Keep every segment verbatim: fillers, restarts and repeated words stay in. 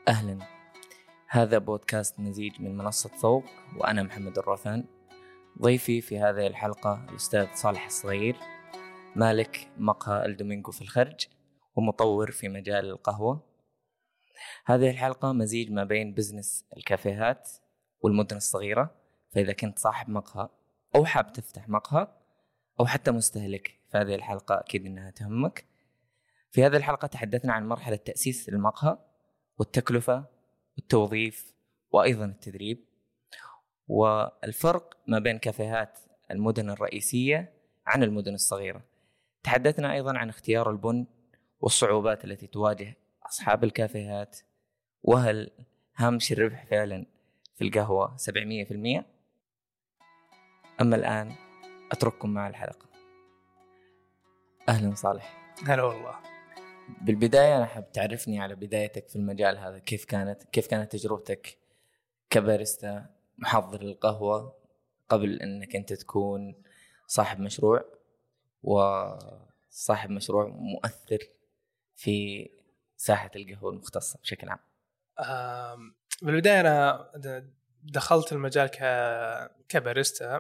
أهلا، هذا بودكاست مزيج من منصة ذوق، وأنا محمد الروثان. ضيفي في هذه الحلقة الأستاذ صالح الصغير، مالك مقهى الدومينغو في الخرج ومطور في مجال القهوة. هذه الحلقة مزيج ما بين بزنس الكافيهات والمدن الصغيرة، فإذا كنت صاحب مقهى أو حاب تفتح مقهى أو حتى مستهلك، فهذه الحلقة أكيد أنها تهمك. في هذه الحلقة تحدثنا عن مرحلة تأسيس المقهى والتكلفة والتوظيف وأيضا التدريب، والفرق ما بين كافيهات المدن الرئيسية عن المدن الصغيرة. تحدثنا أيضا عن اختيار البن والصعوبات التي تواجه أصحاب الكافيهات، وهل هامش الربح فعلا في القهوة سبعمية في المية؟ أما الآن أترككم مع الحلقة. أهلا صالح. هلا والله. بالبداية أنا حاب تعرفني على بدايتك في المجال هذا، كيف كانت كيف كانت تجربتك كباريستا محضر القهوة قبل أنك أنت تكون صاحب مشروع وصاحب مشروع مؤثر في ساحة القهوة المختصة بشكل عام. بالبداية أنا دخلت المجال كباريستا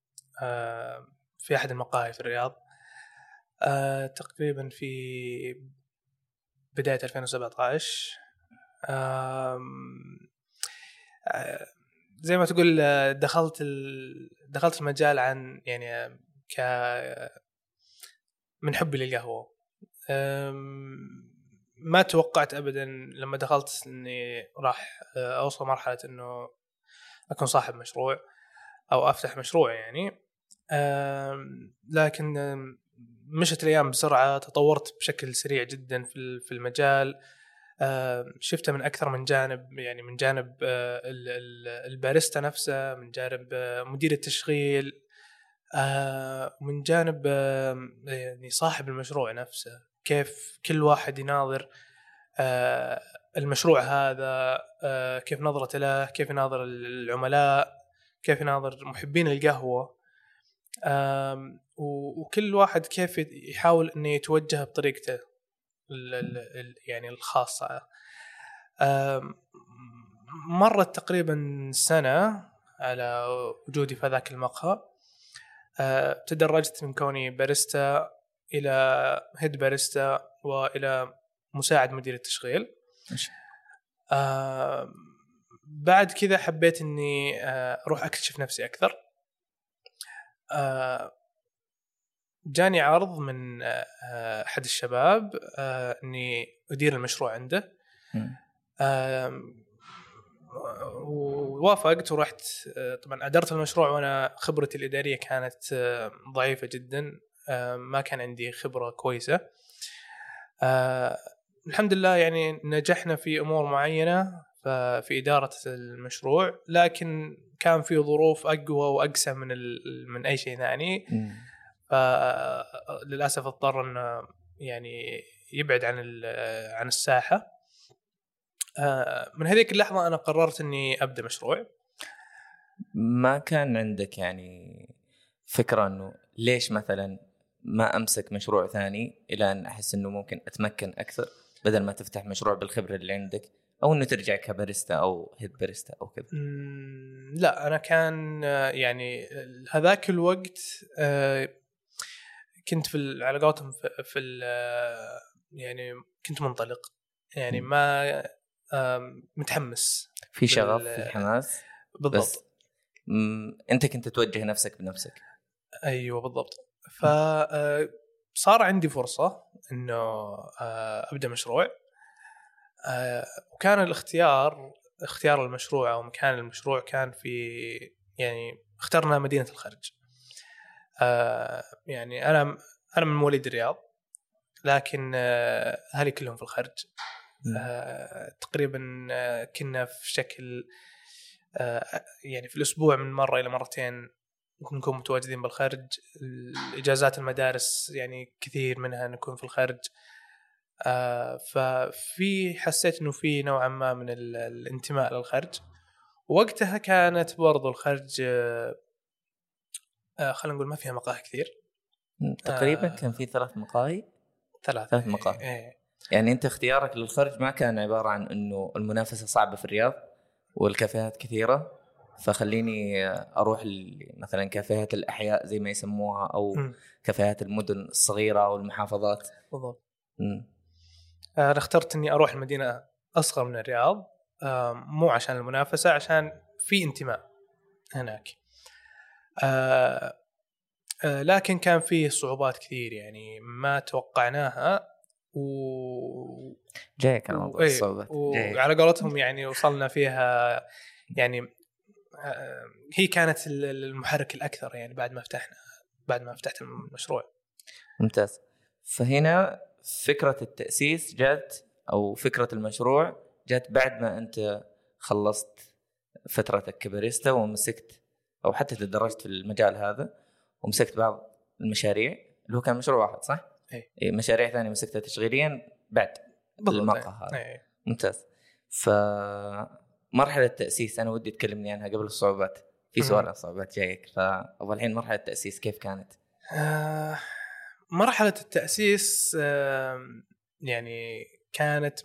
في أحد المقاهي في الرياض تقريبا في بداية ألفين وسبعة عشر. زي ما تقول دخلت دخلت المجال عن يعني ك من حبي للقهوة. ما توقعت أبدا لما دخلت إني راح أوصل مرحلة إنه أكون صاحب مشروع أو أفتح مشروع يعني. لكن مشت الأيام بسرعة، تطورت بشكل سريع جدا في في المجال. شفته من أكثر من جانب، يعني من جانب الباريستا نفسه، من جانب مدير التشغيل، من جانب يعني صاحب المشروع نفسه، كيف كل واحد يناظر المشروع هذا، كيف نظرته له، كيف يناظر العملاء، كيف يناظر محبين القهوة، وكل واحد كيف يحاول أنه يتوجه بطريقته يعني الخاصة. مرت تقريبا سنة على وجودي في ذاك المقهى. تدرجت من كوني باريستا إلى هيد باريستا وإلى مساعد مدير التشغيل. بعد كذا حبيت أني أروح أكتشف نفسي أكثر. جاني عرض من أحد الشباب أني أدير المشروع عنده، ووافقت ورحت. طبعا أدرت المشروع وأنا خبرتي الإدارية كانت ضعيفة جدا، ما كان عندي خبرة كويسة. الحمد لله يعني نجحنا في أمور معينة في إدارة المشروع، لكن كان في ظروف أقوى وأقسى من من أي شيء ثاني. فللأسف اضطر أن يعني يبعد عن عن الساحة. من هذيك اللحظة أنا قررت أني أبدأ مشروع. ما كان عندك يعني فكرة أنه ليش مثلا ما أمسك مشروع ثاني إلى أن أحس أنه ممكن أتمكن أكثر، بدل ما تفتح مشروع بالخبرة اللي عندك، أو أنه ترجع كباريستا أو هيد باريستا أو كذا؟ لا، أنا كان يعني هذاك الوقت كنت في على قولتهم في يعني كنت منطلق، يعني ما متحمس، في شغف، في حماس. بالضبط. أنت كنت توجه نفسك بنفسك. أيوة بالضبط. فصار عندي فرصة إنه أبدأ مشروع، وكان الاختيار اختيار المشروع أو مكان المشروع كان في يعني اخترنا مدينة الخرج. يعني أنا أنا من مواليد الرياض، لكن أهلي كلهم في الخرج. تقريبا كنا في شكل يعني في الأسبوع من مرة إلى مرتين نكون متواجدين بالخارج. الإجازات المدارس يعني كثير منها نكون في الخارج. ففي حسيت إنه في نوعا ما من الانتماء للخارج. وقتها كانت برضو الخارج خلينا نقول ما فيها مقاهي كثير. تقريبا كان في ثلاث مقاهي ثلاث ثلاث مقاهي إيه. يعني أنت اختيارك للخرج ما كان عبارة عن أنه المنافسة صعبة في الرياض والكافيهات كثيرة فخليني أروح مثلا كافيهات الأحياء زي ما يسموها أو م. كافيهات المدن الصغيرة أو المحافظات. بالضبط. م. أنا اخترت إني أروح المدينة أصغر من الرياض، مو عشان المنافسة، عشان في انتماء هناك. آه آه لكن كان فيه صعوبات كثير يعني ما توقعناها، و جايك على موضوع الصعوبات. وعلى قولتهم يعني وصلنا فيها يعني آه هي كانت المحرك الأكثر يعني بعد ما فتحنا بعد ما فتحت المشروع. ممتاز. فهنا فكرة التأسيس جات أو فكرة المشروع جات بعد ما أنت خلصت فترتك كباريستا ومسكت أو حتى تدرجت في المجال هذا ومسكت بعض المشاريع اللي هو كان مشروع واحد صح؟ أي. مشاريع ثانية مسكتها تشغيليا بعد المقهى هذا. أي. ممتاز. فمرحلة التأسيس أنا ودي تكلمني عنها قبل الصعوبات. في سؤال عن الصعوبات جايك. فأول الحين مرحلة التأسيس كيف كانت؟ آه مرحلة التأسيس آه يعني كانت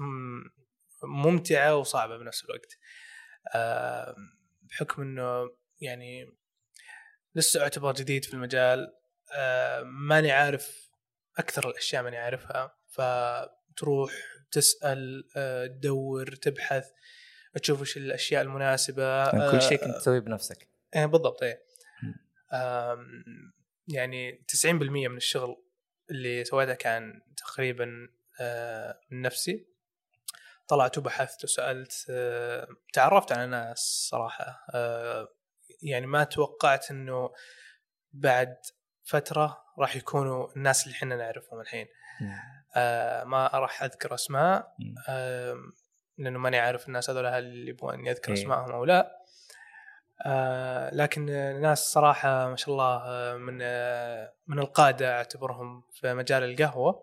ممتعة وصعبة بنفس الوقت، آه بحكم أنه يعني لسه أعتبر جديد في المجال، آه ماني عارف أكثر الأشياء ماني عارفها، فتروح تسأل آه تدور تبحث تشوف إيش الأشياء المناسبة. يعني كل شيء كنت تسويه بنفسك. آه بالضبط. إيه. آه يعني تسعين بالمية من الشغل اللي سويته كان تقريبا آه من نفسي. طلعت وبحثت وسألت، آه تعرفت على ناس صراحة، آه يعني ما توقعت إنه بعد فترة راح يكونوا الناس اللي حنا نعرفهم الحين. آه ما راح أذكر أسماء آه لأنه ماني عارف الناس هذول هل اللي يبغون أني أذكر أسمائهم أو لا. آه لكن ناس صراحة ما شاء الله من آه من القادة أعتبرهم في مجال القهوة،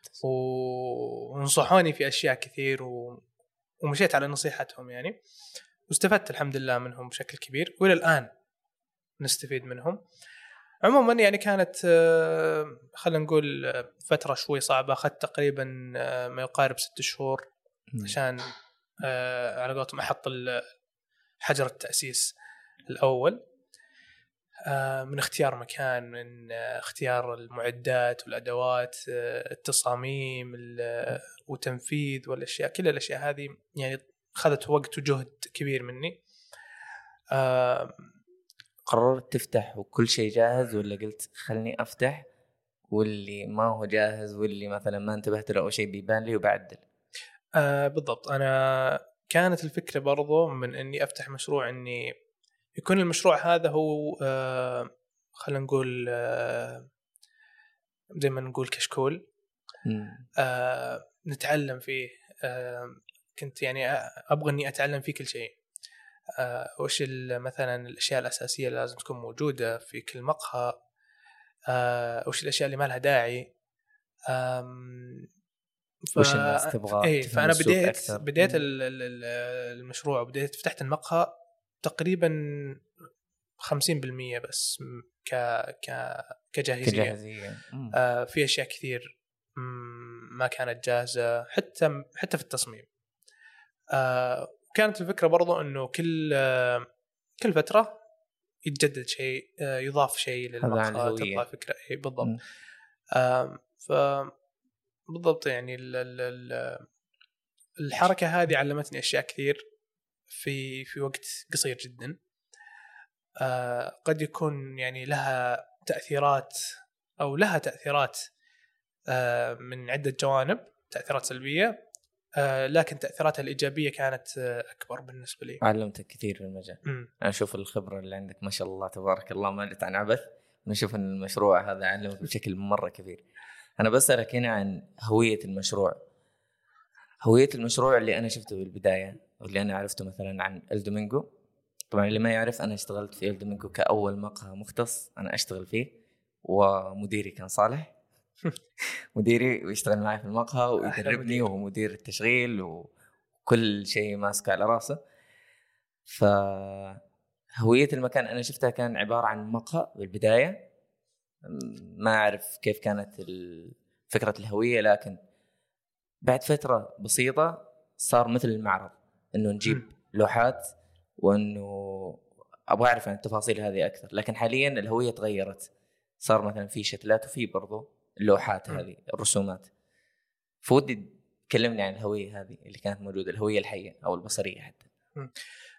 ونصحوني في أشياء كثير و... ومشيت على نصيحتهم يعني، واستفدت الحمد لله منهم بشكل كبير، وإلى الآن نستفيد منهم. عموما يعني كانت آه خلينا نقول فترة شوي صعبة، أخذت تقريبا آه ما يقارب ست شهور عشان آه على قولتهم أحط حجر التأسيس الأول، من اختيار مكان، من اختيار المعدات والأدوات، التصاميم وتنفيذ والأشياء، كل الأشياء هذه يعني أخذت وقت وجهد كبير مني. قررت تفتح وكل شيء جاهز ولا قلت خلني أفتح واللي ما هو جاهز واللي مثلا ما انتبهت له أو شيء بيبان لي وبعدل؟ آه بالضبط. أنا كانت الفكرة برضو من أني أفتح مشروع أني يكون المشروع هذا هو آه خلينا نقول آه زي ما نقول كشكول آه نتعلم فيه. آه كنت يعني أبغى أني أتعلم فيه كل شيء، آه وش مثلا الأشياء الأساسية اللي لازم تكون موجودة في كل مقهى، آه وش الأشياء اللي ما لها داعي، ف... وش الناس تبغى إيه تفهم فأنا السوق بديت أكثر. بديت المشروع وبديت فتحت المقهى تقريبا خمسين بالمية بس ك ك كجاهزية, كجاهزية. آه في أشياء كثير ما كانت جاهزة، حتى حتى في التصميم. آه كانت الفكرة برضو إنه كل آه كل فترة يتجدد شيء، آه يضاف شيء للمقهى، تطلع فكرة. إيه بالضبط. آه ف بالضبط يعني ال ال الحركة هذه علمتني أشياء كثير في في وقت قصير جدا. آه قد يكون يعني لها تأثيرات أو لها تأثيرات آه من عدة جوانب، تأثيرات سلبية، آه لكن تأثيراتها الإيجابية كانت آه أكبر بالنسبة لي. علمتك كثير في المجال. م. أنا أشوف الخبرة اللي عندك ما شاء الله تبارك الله ما جت عن عبث. نشوف أن المشروع هذا علمك بشكل مرة كبير. أنا بسألك هنا عن هوية المشروع. هوية المشروع اللي أنا شفته بالبداية واللي أنا عرفته مثلا عن الدومينغو. طبعا اللي ما يعرف أنا اشتغلت في الدومينغو كأول مقهى مختص أنا أشتغل فيه، ومديري كان صالح مديري ويشتغل معي في المقهى ويدربني وهو مدير التشغيل وكل شيء ماسك على راسه. فهوية المكان أنا شفتها كان عبارة عن مقهى بالبداية، ما أعرف كيف كانت فكرة الهوية، لكن بعد فترة بسيطة صار مثل المعرض، إنه نجيب م. لوحات وإنه أبغى أعرف عن التفاصيل هذه أكثر. لكن حاليا الهوية تغيرت، صار مثلا في شتلات وفي برضو اللوحات م. هذه الرسومات. فودي تكلمني عن الهوية هذه اللي كانت موجودة، الهوية الحية أو البصرية حتى. م.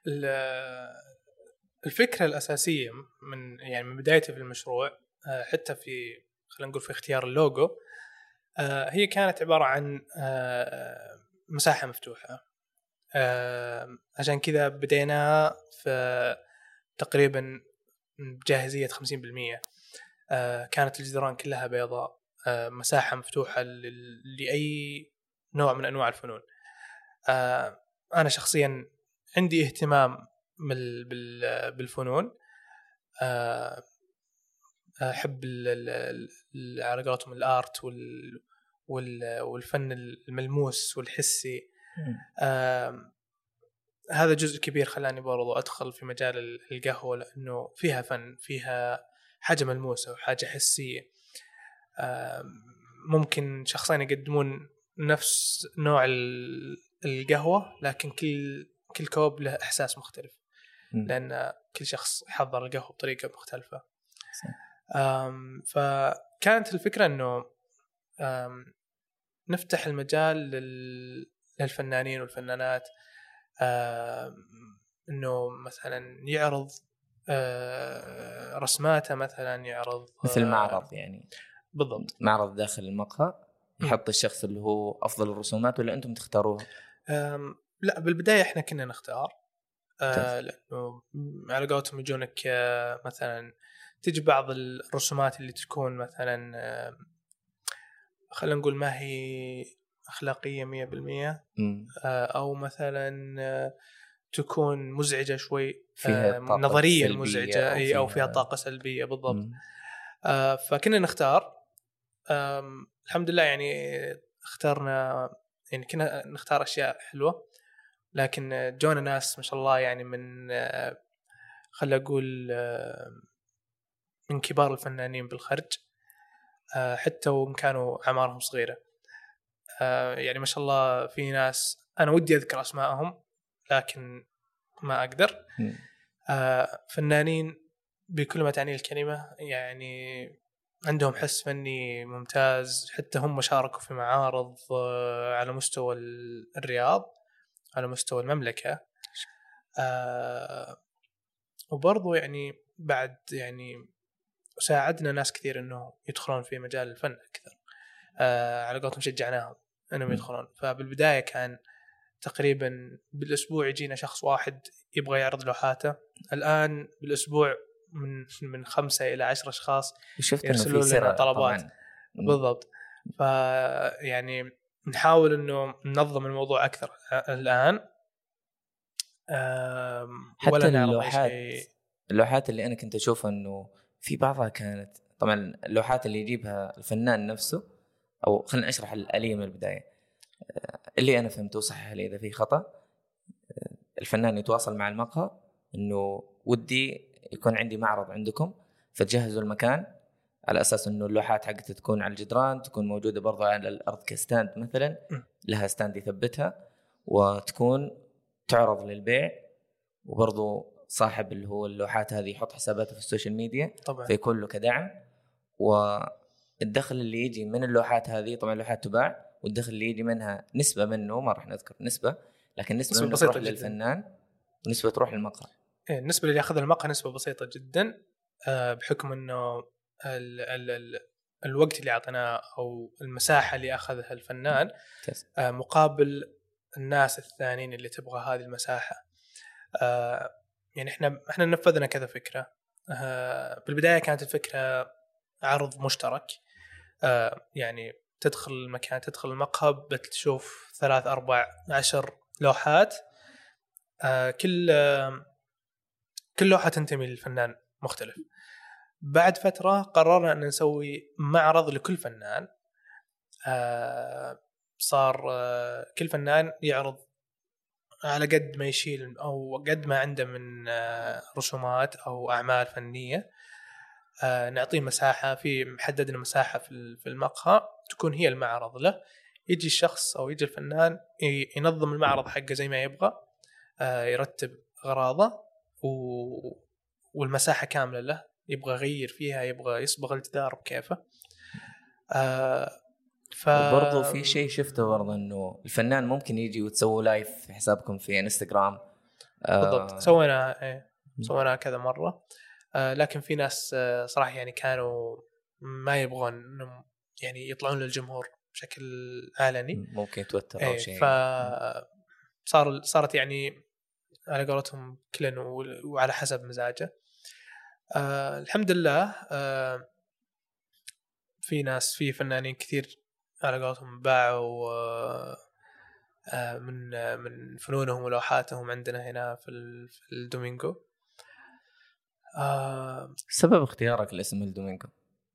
الفكرة الأساسية من يعني من بدايته في المشروع، حتى في خلينا نقول في اختيار اللوجو، هي كانت عبارة عن مساحة مفتوحة. عشان كذا بدينا في تقريبا بجاهزية خمسين بالمية. كانت الجدران كلها بيضاء، مساحة مفتوحة لأي نوع من أنواع الفنون. أنا شخصيا عندي اهتمام بالفنون، أحب على قولتهم الآرت والفن الملموس والحسي. هذا جزء كبير خلاني برضو أدخل في مجال القهوة، لأنه فيها فن، فيها حاجة ملموسة وحاجة حسية. ممكن شخصين يقدمون نفس نوع القهوة، لكن كل كل كوب له إحساس مختلف، لأن كل شخص يحضر القهوة بطريقة مختلفة. فكانت الفكرة أنه نفتح المجال للفنانين والفنانات، أنه مثلا يعرض رسماته، مثلا يعرض مثل معرض، يعني بالضبط معرض داخل المقهى يحط الشخص اللي هو أفضل الرسومات، ولا أنتم تختاروها؟ لا، بالبداية إحنا كنا نختار، آه لأنه على قولتهم يجونك آه مثلا تجي بعض الرسومات اللي تكون مثلا آه خلينا نقول ما هي أخلاقية مية بالمية، آه أو مثلا آه تكون مزعجة شوي، فيها آه نظريا مزعجة، أو فيها, فيها... أو فيها طاقة سلبية. بالضبط. آه فكنا نختار، آه الحمد لله يعني اخترنا، يعني كنا نختار أشياء حلوة، لكن جونا ناس ما شاء الله يعني من خلي أقول من كبار الفنانين بالخرج، حتى وإن كانوا أعمارهم صغيرة. يعني ما شاء الله في ناس أنا ودي أذكر أسماءهم لكن ما أقدر. فنانين بكل ما تعني الكلمة، يعني عندهم حس فني ممتاز، حتى هم شاركوا في معارض على مستوى الرياض، على مستوى المملكة. وبرضو يعني بعد يعني ساعدنا ناس كثير انه يدخلون في مجال الفن اكثر، آه على قولتهم شجعناهم انهم يدخلون. فبالبدايه كان تقريبا بالاسبوع يجينا شخص واحد يبغى يعرض لوحاته، الان بالاسبوع من من خمسة الى عشرة اشخاص يرسلوا لنا طلبات. بالضبط. فيعني نحاول انه ننظم الموضوع اكثر الان، حتى اللوحات اللوحات اللي أنا كنت أشوفها أنه في بعضها كانت، طبعا اللوحات اللي يجيبها الفنان نفسه، أو خلينا أشرح الآلية من البداية اللي أنا فهمته، صحيح لي إذا في خطأ. الفنان يتواصل مع المقهى أنه ودي يكون عندي معرض عندكم، فتجهزوا المكان على أساس أنه اللوحات حقتها تكون على الجدران، تكون موجودة برضو على الأرض كستاند مثلا، لها ستاند يثبتها، وتكون تعرض للبيع. وبرضو صاحب اللي هو اللوحات هذه يحط حساباته في السوشيال ميديا طبعا، فيكون له كدعم. والدخل اللي يجي من اللوحات هذه، طبعا اللوحات تباع، والدخل اللي يجي منها نسبة منه ما راح نذكر نسبة، لكن نسبة, نسبة منه تروح جداً للفنان، ونسبة تروح للمقهى. إيه، النسبة اللي يأخذ المقهى نسبة بسيطة جدا، آه بحكم إنه ال ال ال الوقت اللي أعطيناه أو المساحة اللي أخذها الفنان آه مقابل الناس الثانيين اللي تبغى هذه المساحة. آه يعني إحنا إحنا نفذنا كذا فكرة. آه بالبداية كانت الفكرة عرض مشترك، آه يعني تدخل المكان، تدخل المقهى بتشوف ثلاث أربع عشر لوحات، آه كل آه كل لوحة تنتمي للفنان مختلف. بعد فترة قررنا أن نسوي معرض لكل فنان، آه صار آه كل فنان يعرض على قد ما يشيل أو قد ما عنده من آه رسومات أو أعمال فنية. آه نعطيه مساحة، في محددنا مساحة في المقهى تكون هي المعرض له، يجي الشخص أو يجي الفنان ينظم المعرض حقه زي ما يبغى، يرتب أغراضه والمساحة كاملة له، يبغى يغير فيها، يبغى يصبغ الجدار بكيفه. ف... وبرضو في شيء شفته برضو إنه الفنان ممكن يجي وتسوي لايف في حسابكم في انستغرام. بالضبط. آه... سوينا إيه سوينا كذا مرة. آه لكن في ناس آه صراحة يعني كانوا ما يبغون إنهم يعني يطلعون للجمهور بشكل علني، ممكن يتوتر أو إيه شيء. فصار صارت يعني على قولتهم كلن وعلى حسب مزاجه. آه الحمد لله. آه في ناس في فنانين كثير على قولتهم باعوا آه من آه من فنونهم ولوحاتهم عندنا هنا في الدومينغو. آه سبب اختيارك لاسم الدومينغو؟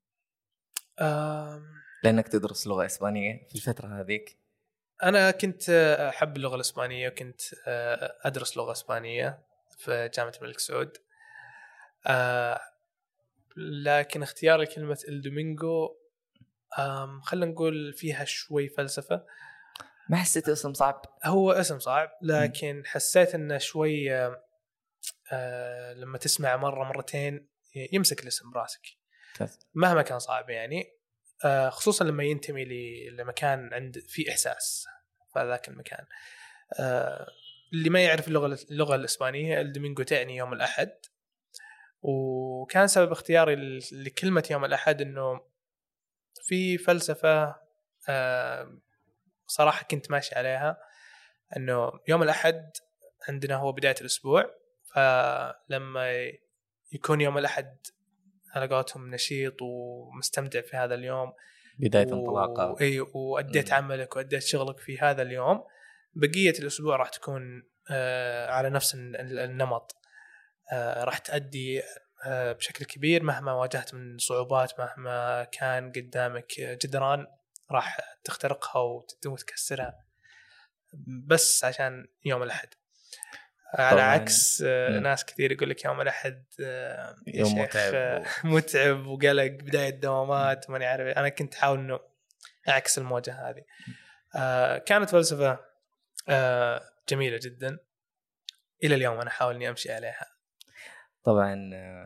آه لأنك تدرس لغة إسبانية في الفترة هذيك. أنا كنت أحب اللغة الإسبانية، وكنت أدرس لغة إسبانية في جامعة الملك سعود. آه لكن اختيار كلمة الدومينغو خلنا نقول فيها شوي فلسفة. ما حسيت اسم صعب؟ هو اسم صعب، لكن م. حسيت انه شوي آه لما تسمع مرة مرتين يمسك الاسم براسك مهما كان صعب يعني. آه خصوصا لما ينتمي لمكان عند في احساس في ذاك المكان. آه اللي ما يعرف اللغة اللغة الإسبانية، الدومينغو تعني يوم الأحد، وكان سبب اختياري لكلمة يوم الأحد إنه في فلسفة آه صراحة كنت ماشي عليها، أنه يوم الأحد عندنا هو بداية الأسبوع، فلما يكون يوم الأحد على قولتهم نشيط ومستمتع في هذا اليوم، بداية انطلاقة و... أي وأديت م. عملك وأديت شغلك في هذا اليوم، بقية الأسبوع راح تكون آه على نفس النمط. آه راح تأدي آه بشكل كبير مهما واجهت من صعوبات، مهما كان قدامك جدران راح تخترقها وتكسرها بس عشان يوم الأحد. على عكس م. ناس كثير يقول لك يوم الأحد يوم متعب و... متعب وقلق، بداية دوامات ماني عارف. أنا كنت أحاول إنه أعكس المواجهة هذه. آه كانت فلسفة آه جميلة جدا، إلى اليوم أنا أحاول إني أمشي عليها. طبعا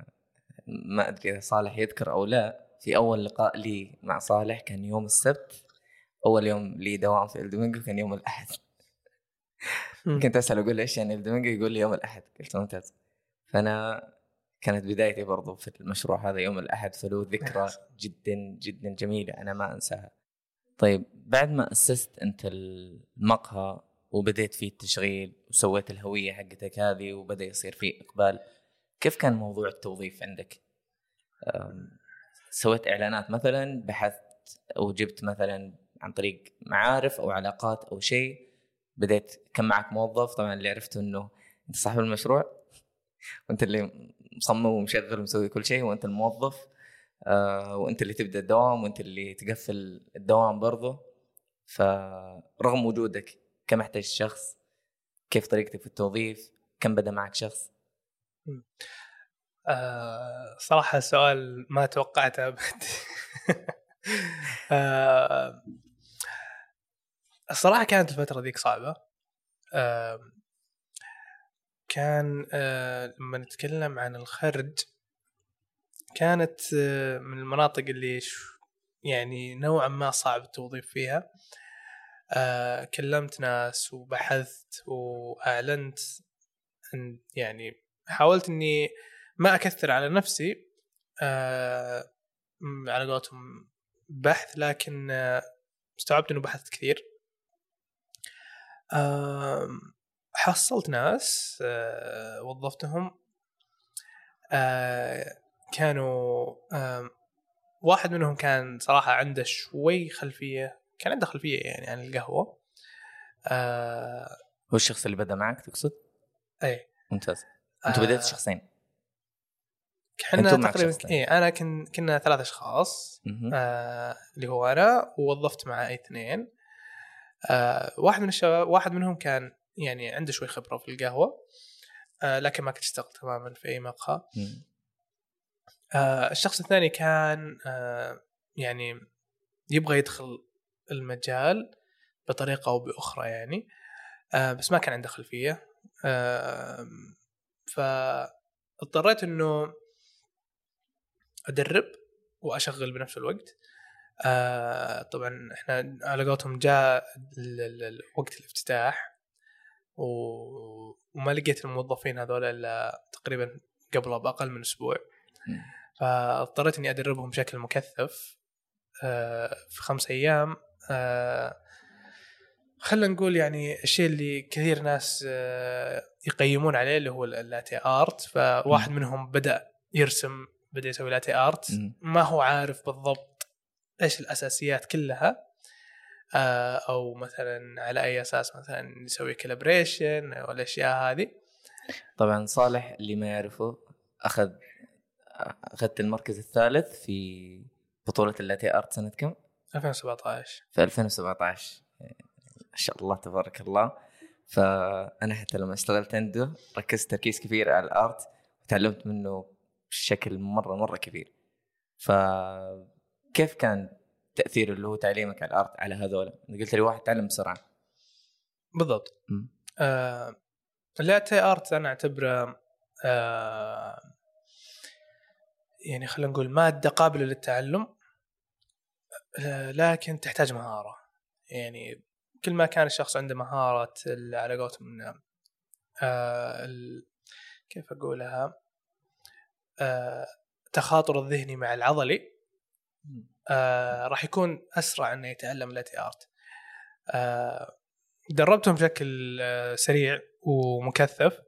ما أدري إذا صالح يذكر أو لا، في أول لقاء لي مع صالح كان يوم السبت، أول يوم لي دوام في الدومينغو كان يوم الأحد. كنت أسأل أقول إيش يعني الدومينغو، يقول لي يوم الأحد، قلت ممتاز. فأنا كانت بدايتي برضو في المشروع هذا يوم الأحد، فله ذكرى جدا جدا جميلة أنا ما أنساها. طيب بعد ما أسست أنت المقهى وبدأت فيه التشغيل وسويت الهوية حقتك هذه وبدأ يصير فيه إقبال، كيف كان موضوع التوظيف عندك؟ سويت إعلانات مثلا، بحثت أو جبت مثلا عن طريق معارف أو علاقات أو شيء، بدأت كم معك موظف؟ طبعا اللي عرفته أنه أنت صاحب المشروع وأنت اللي مصمم ومشغل ومسوي كل شيء، وأنت الموظف آه، وأنت اللي تبدأ الدوام وأنت اللي تقفل الدوام برضه. فرغم وجودك كم احتاج شخص؟ كيف طريقتك في التوظيف؟ كم بدأ معك شخص؟ آه صراحة سؤال ما توقعته أبد. آه الصراحة كانت الفترة ذيك صعبة. آه كان آه لما نتكلم عن الخرج، كانت آه من المناطق اللي يعني نوعا ما صعب التوظيف فيها. آه كلمت ناس وبحثت وأعلنت، يعني حاولت أني ما أكثر على نفسي آه على قولتهم بحث، لكن آه استوعبت أنه بحثت كثير. آه حصلت ناس آه وظفتهم. آه كانوا آه واحد منهم كان صراحة عنده شوي خلفية، كان عنده خلفية يعني عن القهوة. آه هو الشخص اللي بدأ معك تقصد؟ أي ممتاز. أنتوا بدأت شخصين؟ كنا تقريبا إيه أنا كن كنا ثلاثة أشخاص آه اللي هو أنا ووظفت معه أي اثنين. آه واحد من الشباب، واحد منهم كان يعني عنده شوي خبرة في القهوة آه لكن ما كنت اشتغل تماما في أي مقهى. آه الشخص الثاني كان آه يعني يبغى يدخل المجال بطريقة أو بأخرى يعني. آه بس ما كان عنده خلفية. آه فاضطريت إنه أدرب وأشغل بنفس الوقت. آه طبعا إحنا على قولتهم جاء وقت الافتتاح وما لقيت الموظفين هذول إلا تقريبا قبل بأقل من أسبوع. فاضطريت إني أدربهم بشكل مكثف آه في خمس أيام. آه خلنا نقول يعني الشيء اللي كثير ناس آه يقيمون عليه اللي هو اللاتي آرت. فواحد م. منهم بدأ يرسم، بدأ يسوي لاتي آرت، م. ما هو عارف بالضبط إيش الأساسيات كلها، آه أو مثلا على أي أساس مثلا يسوي كالبريشن والأشياء هذه. طبعا صالح اللي ما يعرفه أخذ أخذت المركز الثالث في بطولة اللاتي آرت سنة كم؟ ألفين وسبعة عشر. في ألفين وسبعة عشر ما شاء الله تبارك الله. فأنا حتى لما اشتغلت عنده ركزت تركيز كبير على الآرت وتعلمت منه بشكل مرة مرة كبير. فكيف كان تأثير اللي هو تعليمك على الآرت على هذول؟ قلت لي واحد تعلم بسرعة. بالضبط. آه اللاتي آرت أنا أعتبره آه يعني خلينا نقول مادة قابلة للتعلم، لكن تحتاج مهارة. يعني كل ما كان الشخص عنده مهارة على قولتهم آه كيف أقولها آه تخاطر الذهني مع العضلي، آه راح يكون أسرع أنه يتعلم لاتي آرت. آه دربتهم بشكل آه سريع ومكثف.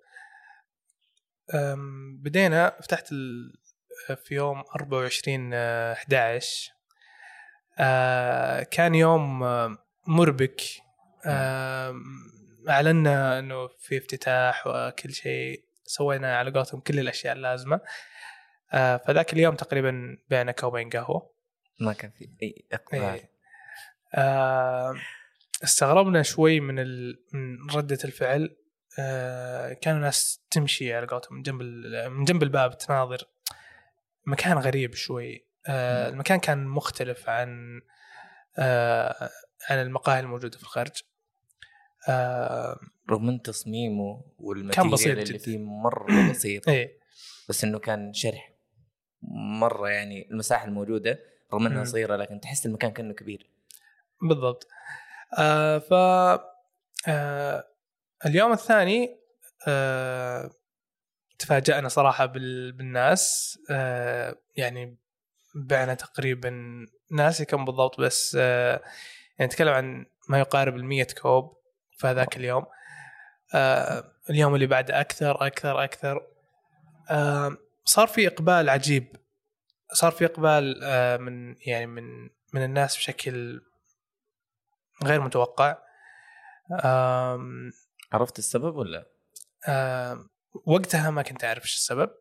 بدينا فتحت في يوم أربعة وعشرين أحد عشر. آه كان يوم مربك. آه أعلنا أنه في افتتاح وكل شيء، سوينا على قولتهم كل الأشياء اللازمة. آه فذاك اليوم تقريبا بيعنا كوبين قهوة، ما كان في أي إقبال. آه استغربنا شوي من, من ردة الفعل. آه كانوا ناس تمشي على قولتهم من جنب من جنب الباب تناظر. مكان غريب شوي. آه المكان كان مختلف عن آه عن المقاهي الموجودة في الخارج. آه رغم من تصميمه والماتيريال اللي فيه مرة بسيط. ايه بس إنه كان شرح مرة، يعني المساحة الموجودة رغم أنها صغيرة لكن تحس المكان كأنه كبير. بالضبط. آه ف آه اليوم الثاني آه تفاجأنا صراحة بالناس. آه يعني بعنا تقريبا ناسي كم بالضبط، بس آه يعني نتكلم عن ما يقارب المية كوب في هذاك اليوم. آه اليوم اللي بعده أكثر أكثر أكثر. آه صار في إقبال عجيب، صار في إقبال آه من يعني من من الناس بشكل غير متوقع. آه عرفت السبب ولا؟ آه وقتها ما كنت أعرف إيش السبب.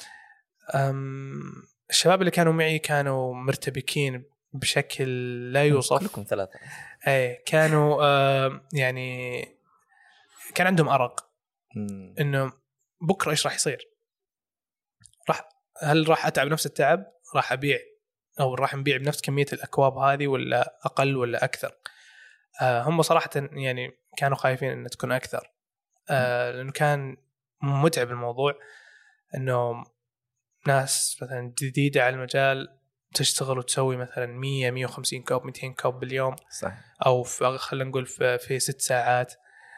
الشباب اللي كانوا معي كانوا مرتبكين بشكل لا يوصف. كلكم ثلاثة. أي كانوا آه يعني كان عندهم أرق مم. إنه بكرة إيش راح يصير، راح هل راح أتعب نفس التعب، راح أبيع أو راح نبيع بنفس كمية الأكواب هذه ولا أقل ولا أكثر. آه هم صراحة يعني كانوا خايفين إن تكون أكثر. آه لأنه كان متعب الموضوع، إنه ناس مثلا جديدة على المجال تشتغل وتسوي مثلا مية مية وخمسين كوب مئتين كوب باليوم. صح. أو خلينا نقول في, في ست ساعات.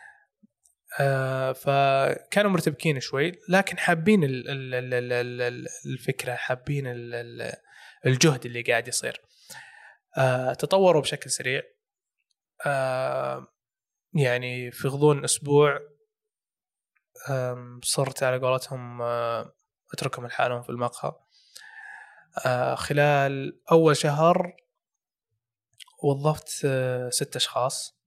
آه فكانوا مرتبكين شوي، لكن حابين ال ال ال ال الفكرة، حابين ال ال الجهد اللي قاعد يصير. آه تطوروا بشكل سريع. آه يعني في غضون أسبوع آه صرت على قولتهم آه أتركهم لحالهم في المقهى. آه خلال أول شهر وظفت آه ست أشخاص.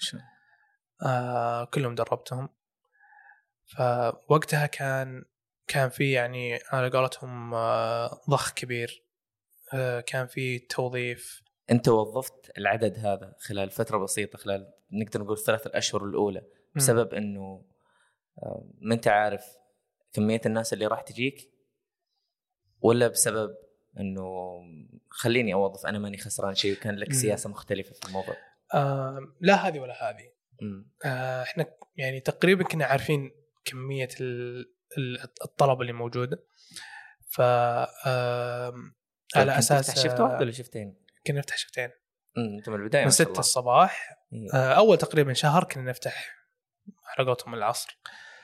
آه كلهم دربتهم. فوقتها كان كان في يعني على قولتهم آه ضخ كبير. آه كان في توظيف. أنت وظفت العدد هذا خلال فترة بسيطة، خلال نقدر نقول ثلاث الأشهر الأولى، بسبب م. أنه آه ما أنت عارف كمية الناس اللي راح تجيك، ولا بسبب أنه خليني أوظف أنا ماني خسران شيء، وكان لك سياسة مختلفة في الموضوع؟ آه لا هذه ولا هذه. آه احنا يعني تقريبا كنا عارفين كمية الطلب اللي موجودة، ف آه على اساس تفتح شفت واحد ولا شفتين؟ كنا نفتح شفتين انت من البدايه من ستة الصباح. آه اول تقريبا شهر كنا نفتح حلقاتهم العصر.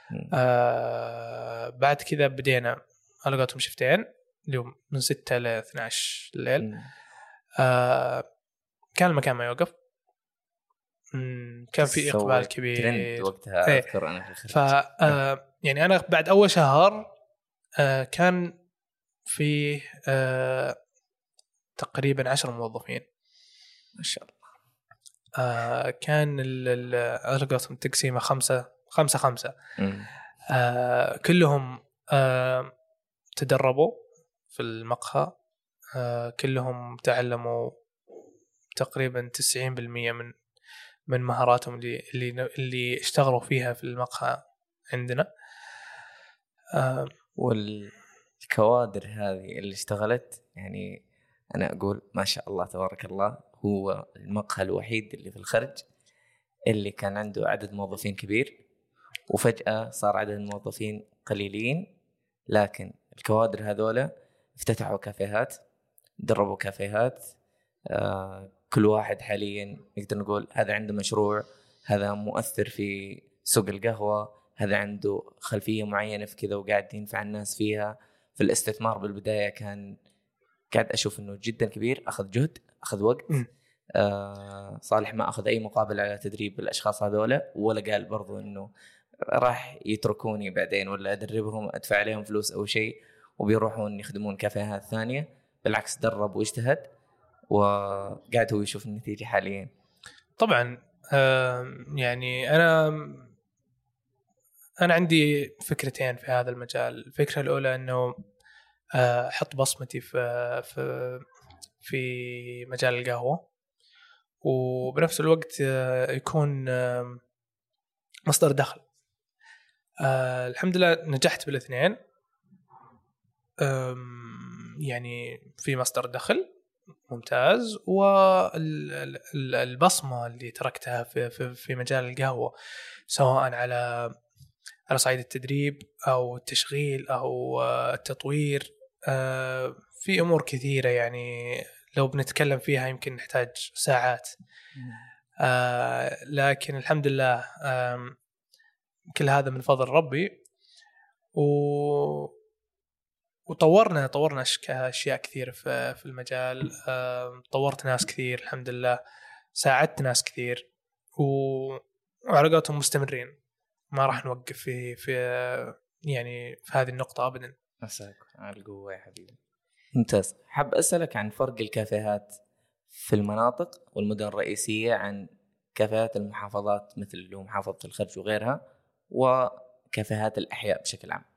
آه بعد كذا بدينا حلقاتهم شفتين اليوم من ستة ل اثني عشر الليل. آه كان المكان ما يوقف، كان في اقبال كبير ترند وقتها. ايه. اذكر انا في الخرج ف آه يعني انا بعد اول شهر آه كان في آه تقريبا عشر موظفين ما شاء الله. آه كان الألقاهم تقسيمة خمسة خمسة خمسة آه كلهم آه تدربوا في المقهى، آه كلهم تعلموا تقريبا تسعين بالمئة من من مهاراتهم اللي اللي اللي اشتغلوا فيها في المقهى عندنا. آه والكوادر هذه اللي اشتغلت، يعني أنا أقول ما شاء الله تبارك الله، هو المقهى الوحيد اللي في الخرج اللي كان عنده عدد موظفين كبير وفجأة صار عدد الموظفين قليلين، لكن الكوادر هذولا افتتحوا كافيهات، دربوا كافيهات. آه كل واحد حاليا نقدر نقول هذا عنده مشروع، هذا مؤثر في سوق القهوة، هذا عنده خلفية معينة في كذا وقاعد ينفع الناس فيها. في الاستثمار بالبداية كان قاعد أشوف أنه جدا كبير، أخذ جهد، أخذ وقت. آه صالح ما أخذ أي مقابل على تدريب الأشخاص هذولا، ولا قال برضو أنه راح يتركوني بعدين ولا أدربهم أدفع عليهم فلوس أو شيء وبيروحون يخدمون كافيهات ثانية. بالعكس درب واجتهد وقاعد هو يشوف النتيجة حاليا. طبعا يعني أنا أنا عندي فكرتين في هذا المجال. الفكرة الأولى أنه أحط بصمتي في في في مجال القهوة، وبنفس الوقت يكون مصدر دخل. الحمد لله نجحت بالاثنين. يعني في مصدر دخل ممتاز، والبصمة اللي تركتها في في في مجال القهوة سواء على على صعيد التدريب أو التشغيل أو التطوير، في أمور كثيرة يعني لو بنتكلم فيها يمكن نحتاج ساعات. لكن الحمد لله كل هذا من فضل ربي، و وطورنا طورنا أشياء كثير في في المجال. طورت ناس كثير الحمد لله، ساعدت ناس كثير، وعلاقاتهم مستمرين، ما راح نوقف في في يعني في هذه النقطة أبدا. مساك على القوة يا حبيبي. ممتاز. حاب أسألك عن فرق الكافيهات في المناطق والمدن الرئيسية عن كافيهات المحافظات مثل اللي هو محافظة الخرج وغيرها، وكافيهات الأحياء بشكل عام.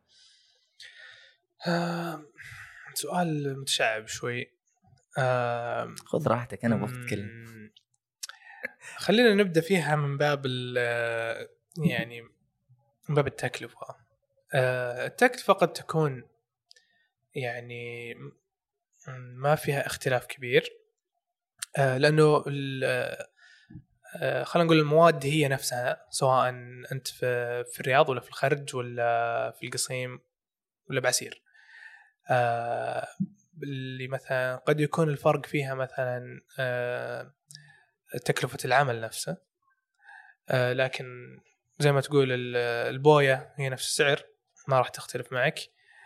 آه، سؤال متشعب شوي. آه، خذ راحتك، أنا بغيت أتكلم. خلينا نبدأ فيها من باب يعني من باب التكلفة. آه، التكلفة قد تكون يعني ما فيها اختلاف كبير، آه، لأنه آه، خلينا نقول المواد هي نفسها، سواء أنت في في الرياض ولا في الخرج ولا في القصيم ولا بعسير. آه اللي مثلا قد يكون الفرق فيها مثلا آه تكلفة العمل نفسه، آه لكن زي ما تقول البوية هي نفس السعر، ما راح تختلف معك.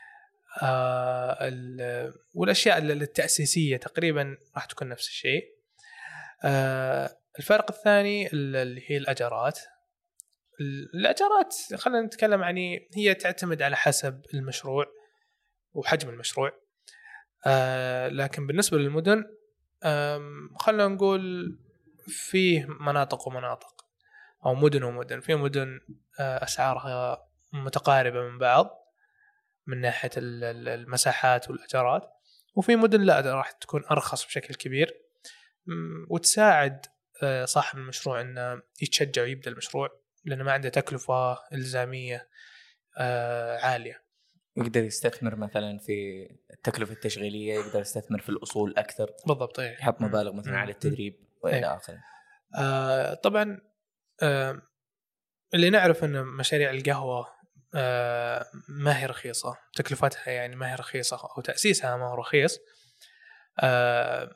آه والأشياء التأسيسية تقريبا راح تكون نفس الشيء. آه الفرق الثاني اللي هي الأجارات. الأجارات خلينا نتكلم يعني هي تعتمد على حسب المشروع وحجم المشروع. آه لكن بالنسبة للمدن خلينا نقول فيه مناطق ومناطق، أو مدن ومدن. في مدن آه أسعارها متقاربة من بعض من ناحية المساحات والأجارات، وفي مدن لا راح تكون أرخص بشكل كبير، وتساعد آه صاحب المشروع أنه يتشجع ويبدأ المشروع لأنه ما عنده تكلفة إلزامية آه عالية. يقدر يستثمر مثلا في التكلفة التشغيلية، يقدر يستثمر في الأصول أكثر. بالضبط. إيه. يحط مبالغ مثلا مم. على التدريب وإلى آخره. آه طبعا آه اللي نعرف أن مشاريع القهوة آه ما هي رخيصة، تكلفتها يعني ما هي رخيصة، أو تأسيسها ما هو رخيص. آه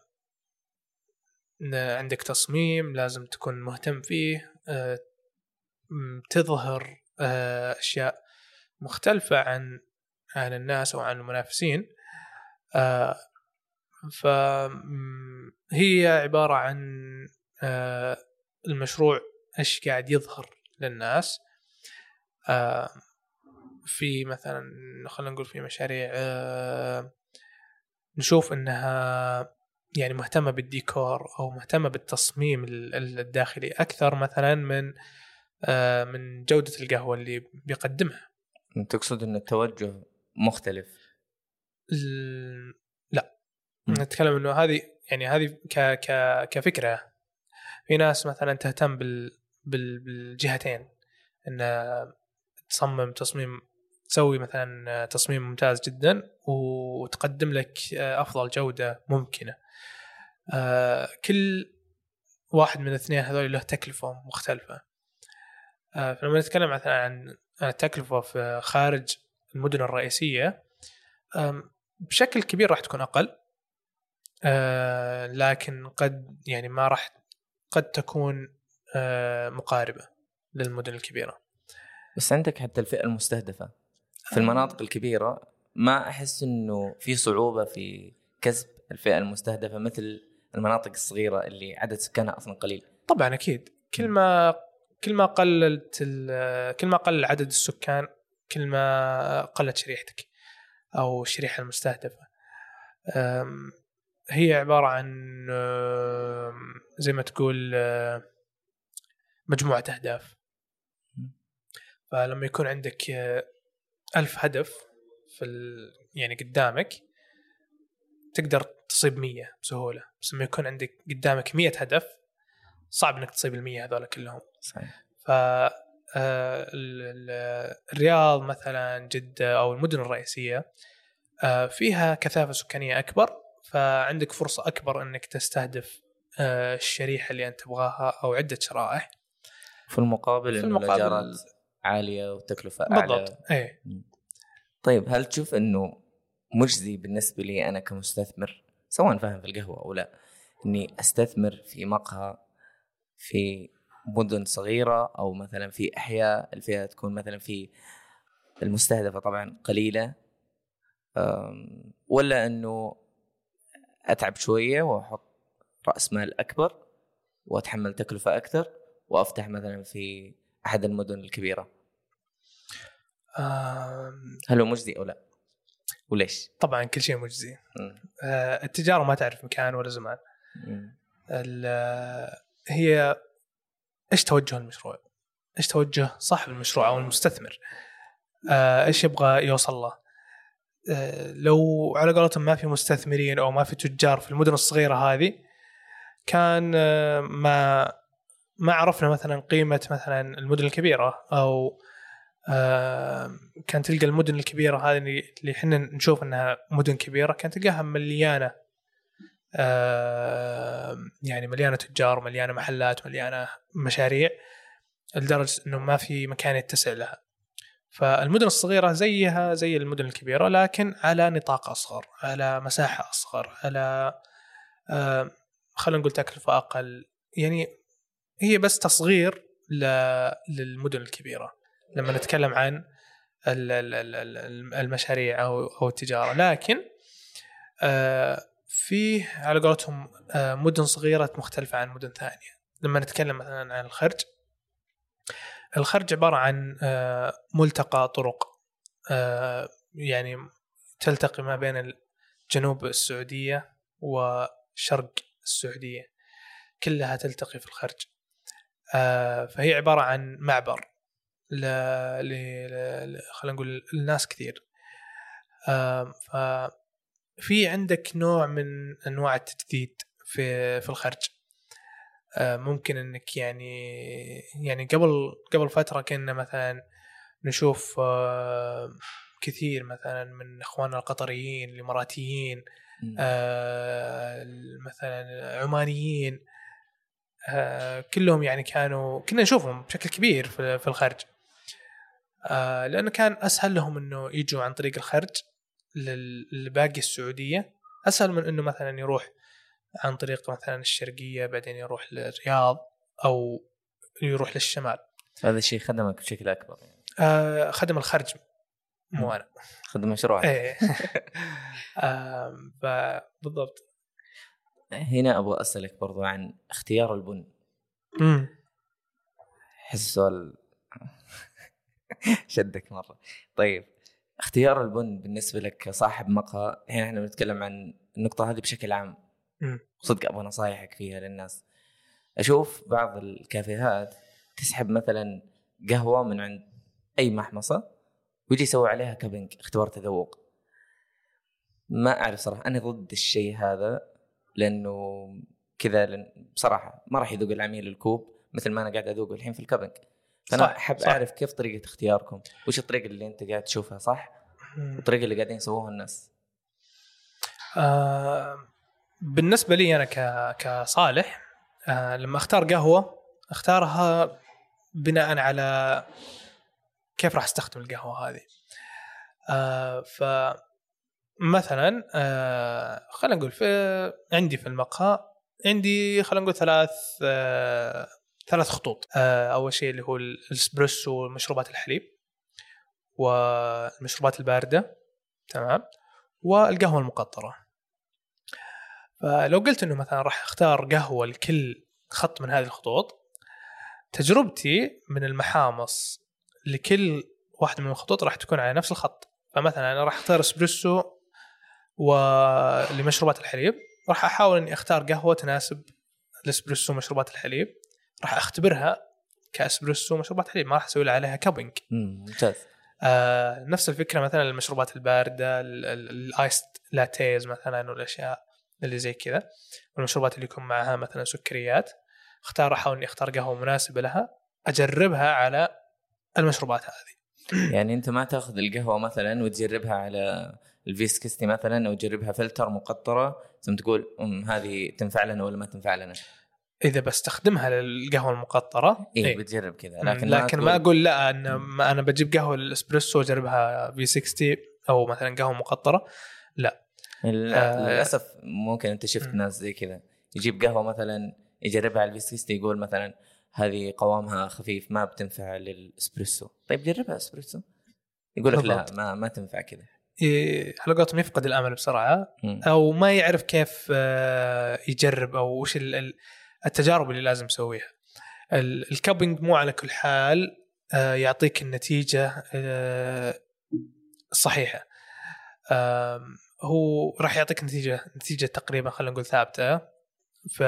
عندك تصميم لازم تكون مهتم فيه، آه تظهر آه أشياء مختلفة عن عن الناس أو عن المنافسين. آه فهي عبارة عن آه المشروع إيش قاعد يظهر للناس. آه في مثلا خلينا نقول في مشاريع آه نشوف أنها يعني مهتمة بالديكور أو مهتمة بالتصميم الداخلي أكثر مثلا من آه من جودة القهوة اللي بيقدمها. تقصد أن التوجه مختلف؟ لا، نتكلم انه هذه يعني هذه ك ك كفكره. في ناس مثلا تهتم بال بال بالجهتين، ان تصمم تصميم تسوي مثلا تصميم ممتاز جدا وتقدم لك افضل جوده ممكنه. كل واحد من الاثنين هذول له تكلفه مختلفه. فلما نتكلم مثلا عن التكلفه في خارج المدن الرئيسيه بشكل كبير راح تكون اقل، آه لكن قد يعني ما راح قد تكون آه مقاربة للمدن الكبيرة. بس عندك حتى الفئة المستهدفة في المناطق الكبيرة، ما أحس إنه في صعوبة في كسب الفئة المستهدفة مثل المناطق الصغيرة اللي عدد سكانها أصلا قليل. طبعا أكيد، كل ما كل ما قللت كل ما قل عدد السكان كل ما قلت شريحتك أو الشريحة المستهدفة. هي عبارة عن زي ما تقول مجموعة أهداف. فلما يكون عندك ألف هدف في يعني قدامك تقدر تصيب مية بسهولة، بس لما يكون عندك قدامك مية هدف صعب إنك تصيب المية هذول كلهم. صحيح. فالرياض مثلا جدة أو المدن الرئيسية فيها كثافة سكانية أكبر، فعندك فرصة أكبر إنك تستهدف الشريحة اللي أنت تبغاها أو عدة شرائح. في المقابل إنه الإيجارات عالية وتكلفة أعلى. بالضبط. إيه. طيب هل تشوف إنه مجزي بالنسبة لي أنا كمستثمر سواء فاهم في القهوة أو لا إني أستثمر في مقهى في مدن صغيرة أو مثلا في أحياء الفئة تكون مثلا في المستهدفة طبعا قليلة، ولا أنه أتعب شوية وأحط رأس مال أكبر وأتحمل تكلفة أكثر وأفتح مثلا في أحد المدن الكبيرة؟ هل هو مجزي أو لا وليش؟ طبعا كل شيء مجزي. آه التجارة ما تعرف مكان ولا زمان. هي إيش توجه المشروع، إيش توجه صاحب المشروع أو المستثمر، آه إيش يبغى يوصل له. آه لو على قولتهم ما في مستثمرين أو ما في تجار في المدن الصغيرة هذه كان آه ما ما عرفنا مثلا قيمة مثلا المدن الكبيرة، أو آه كان تلقى المدن الكبيرة هذه اللي إحنا نشوف أنها مدن كبيرة كانت تلقاها مليانة، آه يعني مليانة تجار، مليانة محلات، مليانة مشاريع لدرجة أنه ما في مكان يتسع لها. فالمدن الصغيرة زيها زي المدن الكبيرة لكن على نطاق أصغر، على مساحة أصغر، على آه خلينا نقول تكلفة أقل. يعني هي بس تصغير للمدن الكبيرة لما نتكلم عن المشاريع أو التجارة. لكن آه فيه على قولتهم آه مدن صغيرة مختلفة عن مدن ثانية. لما نتكلم مثلا عن الخرج، الخرج عبارة عن آه ملتقى طرق، آه يعني تلتقي ما بين جنوب السعودية وشرق السعودية، كلها تلتقي في الخرج. آه فهي عبارة عن معبر ل ل خلينا نقول الناس كثير. آه ففي عندك نوع من أنواع التجديد في في الخرج. آه ممكن إنك يعني يعني قبل قبل فترة كنا مثلا نشوف آه كثير مثلا من إخواننا القطريين، الإماراتيين، آه مثلا عمانيين، آه كلهم يعني كانوا كنا نشوفهم بشكل كبير في, في الخرج، آه لأنه كان أسهل لهم إنه يجوا عن طريق الخرج للباقي السعودية، أسهل من إنه مثلا يروح عن طريق مثلا الشرقية بعدين يروح للرياض أو يروح للشمال. هذا الشيء خدمك بشكل أكبر يعني. آه خدم الخرج مو أنا، خدم مشروعك. إيه. آه بالضبط. هنا أبغى أسألك برضو عن اختيار البن. امم حس السؤال شدك مرة. طيب اختيار البن بالنسبة لك كصاحب مقهى، هنا احنا بنتكلم عن النقطة هذه بشكل عام، صدق أبغى نصايحك فيها للناس. أشوف بعض الكافيهات تسحب مثلا قهوة من عند أي محمصة ويجي يسوي عليها كابينج، اختبار تذوق. ما أعرف صراحة، أنا ضد الشيء هذا، لأنه كذا لأن بصراحة ما راح يذوق العميل الكوب مثل ما أنا قاعد أذوقه الحين في الكابينج. فأنا أحب صح. أعرف كيف طريقة اختياركم، وش الطريقة اللي أنت قاعد تشوفها صح والطريقة اللي قاعدين يسووها الناس. آه بالنسبة لي أنا ك كصالح، آه لما أختار قهوة أختارها بناء على كيف راح استخدم القهوة هذه. آه فمثلا آه خلينا نقول في عندي في المقهى عندي خلينا نقول ثلاث آه ثلاث خطوط. آه أول شيء اللي هو الاسبريسو والمشروبات الحليب والمشروبات الباردة، تمام، والقهوة المقطرة. فلو قلت إنه مثلا راح أختار قهوة لكل خط من هذه الخطوط، تجربتي من المحامص لكل واحدة من الخطوط راح تكون على نفس الخط. فمثلا أنا راح أختار اسبريسو ولمشروبات الحليب، راح أحاول إني أختار قهوة تناسب الاسبريسو ومشروبات الحليب، راح أختبرها كاسبريسو ومشروبات الحليب، ما راح أسوي لها عليها كابينج. ممتاز. آه نفس الفكرة مثلا المشروبات الباردة، الايست لاتيز مثلا والأشياء اللي زي كذا، والمشروبات اللي يكون معها مثلا سكريات، اختار احاول اني اختار قهوه مناسبه لها، اجربها على المشروبات هذه. يعني انت ما تاخذ القهوه مثلا وتجربها على الفيسكستي مثلا او تجربها فلتر مقطره ثم تقول ام هذه تنفع لنا ولا ما تنفع لنا. اذا بستخدمها للقهوه المقطره ايه, إيه بتجرب كذا، لكن لكن ما, ما اقول لا ان ما انا بجيب قهوه الاسبريسو واجربها في ستين او مثلا قهوه مقطره، لا. للاسف ممكن انت شفت م. ناس زي كذا يجيب قهوه مثلا يجربها على الفيسكستي يقول مثلا هذه قوامها خفيف ما بتنفع للاسبريسو. طيب جربها اسبريسو، يقول لك لا ما ما تنفع كذا. إيه حلقاتهم يفقد الامل بسرعه م. او ما يعرف كيف يجرب او وش التجارب اللي لازم يسويها. الكابينج مو على كل حال يعطيك النتيجه الصحيحه، هو راح يعطيك نتيجه نتيجه تقريبا خلينا نقول ثابته، ف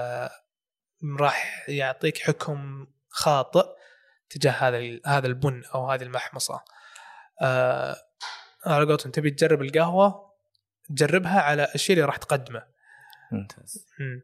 راح يعطيك حكم خاطئ تجاه هذا هذا البن او هذه المحمصه. آه على قولتهم تبي تجرب القهوه تجربها على الشيء اللي راح تقدمه. ممتاز. م.